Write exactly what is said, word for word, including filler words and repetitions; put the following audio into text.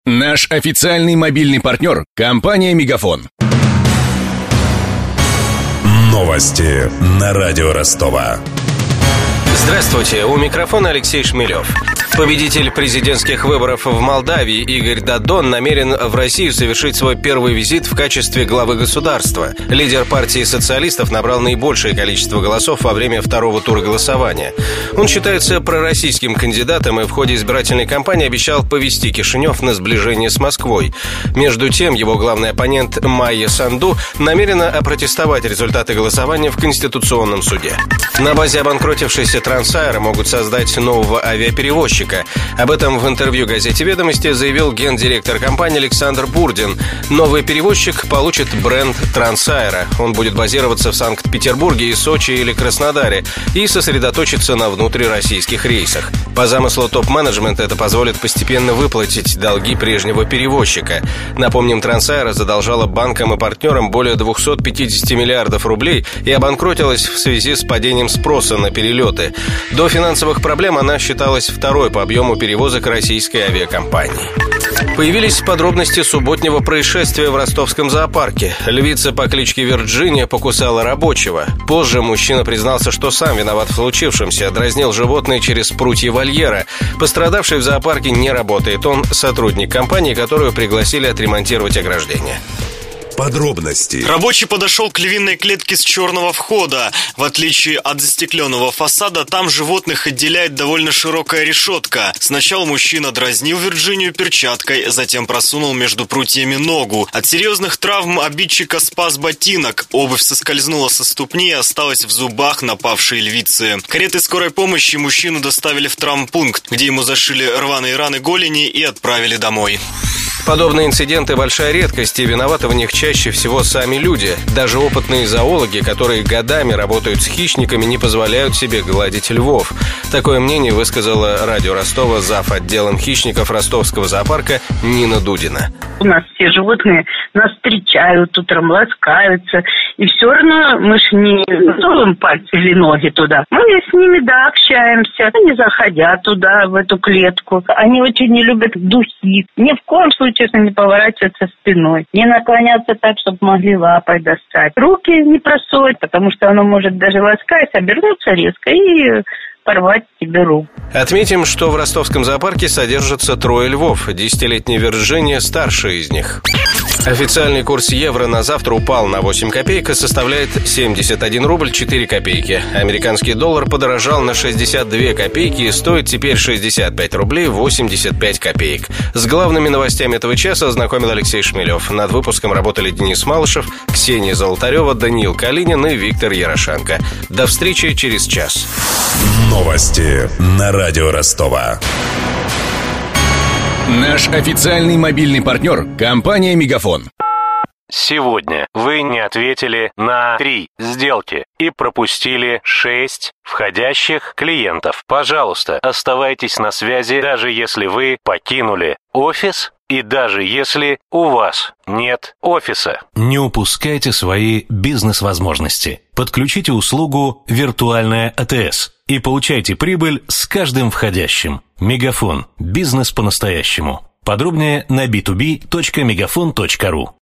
Наш официальный мобильный партнер – компания «Мегафон». Новости на радио Ростова. Здравствуйте, у микрофона Алексей Шмелев. Победитель президентских выборов в Молдавии Игорь Додон намерен в Россию совершить свой первый визит в качестве главы государства. Лидер партии социалистов набрал наибольшее количество голосов во время второго тура голосования. Он считается пророссийским кандидатом и в ходе избирательной кампании обещал повести Кишинев на сближение с Москвой. Между тем, его главный оппонент Майя Санду намерена опротестовать результаты голосования в Конституционном суде. На базе обанкротившейся Трансайра могут создать нового авиаперевозчика. Об этом в интервью газете «Ведомости» заявил гендиректор компании Александр Бурдин. Новый перевозчик получит бренд Трансайра. Он будет базироваться в Санкт-Петербурге и Сочи или Краснодаре и сосредоточиться на внутрироссийских рейсах. По замыслу топ-менеджмента это позволит постепенно выплатить долги прежнего перевозчика. Напомним, Трансайра задолжала банкам и партнерам более двести пятьдесят миллиардов рублей и обанкротилась в связи с падением спроса на перелеты. До финансовых проблем она считалась второй по объему перевозок российской авиакомпании. Появились подробности субботнего происшествия в ростовском зоопарке. Львица по кличке Вирджиния покусала рабочего. Позже мужчина признался, что сам виноват в случившемся, дразнил животное через прутья вольера. Пострадавший в зоопарке не работает. Он сотрудник компании, которую пригласили отремонтировать ограждение. Подробности. Рабочий подошел к львиной клетке с черного входа. В отличие от застекленного фасада, там животных отделяет довольно широкая решетка. Сначала мужчина дразнил Вирджинию перчаткой, затем просунул между прутьями ногу. От серьезных травм обидчика спас ботинок. Обувь соскользнула со ступни и осталась в зубах напавшей львицы. Каретой скорой помощи мужчину доставили в травмпункт, где ему зашили рваные раны голени и отправили домой. Подобные инциденты – большая редкость, и виноваты в них чаще всего сами люди. Даже опытные зоологи, которые годами работают с хищниками, не позволяют себе гладить львов. Такое мнение высказала радио Ростова зав. Отделом хищников ростовского зоопарка Нина Дудина. У нас все животные нас встречают, утром ласкаются, и все равно мы ж не засовываем пальцы или ноги туда. Мы с ними, да, общаемся, не заходя туда, в эту клетку. Они очень не любят духи. Ни в коем случае не поворачиваться спиной, не наклоняться так, чтобы могли лапой достать. Руки не просовывать, потому что оно может даже ласкаясь обернуться резко и порвать тебе руку. Отметим, что в ростовском зоопарке содержатся трое львов. Десятилетняя Вирджиния старшая из них. Официальный курс евро на завтра упал на восемь копеек и составляет семьдесят один рубль четыре копейки. Американский доллар подорожал на шестьдесят две копейки и стоит теперь шестьдесят пять рублей восемьдесят пять копеек. С главными новостями этого часа ознакомил Алексей Шмелев. Над выпуском работали Денис Малышев, Ксения Золотарева, Даниил Калинин и Виктор Ярошенко. До встречи через час. Новости на радио Ростова. Наш официальный мобильный партнер – компания «Мегафон». Сегодня вы не ответили на три сделки и пропустили шесть входящих клиентов. Пожалуйста, оставайтесь на связи, даже если вы покинули офис и даже если у вас нет офиса. Не упускайте свои бизнес-возможности. Подключите услугу «Виртуальная АТС» и получайте прибыль с каждым входящим. Мегафон. Бизнес по-настоящему. Подробнее на би ту би точка мегафон точка ру.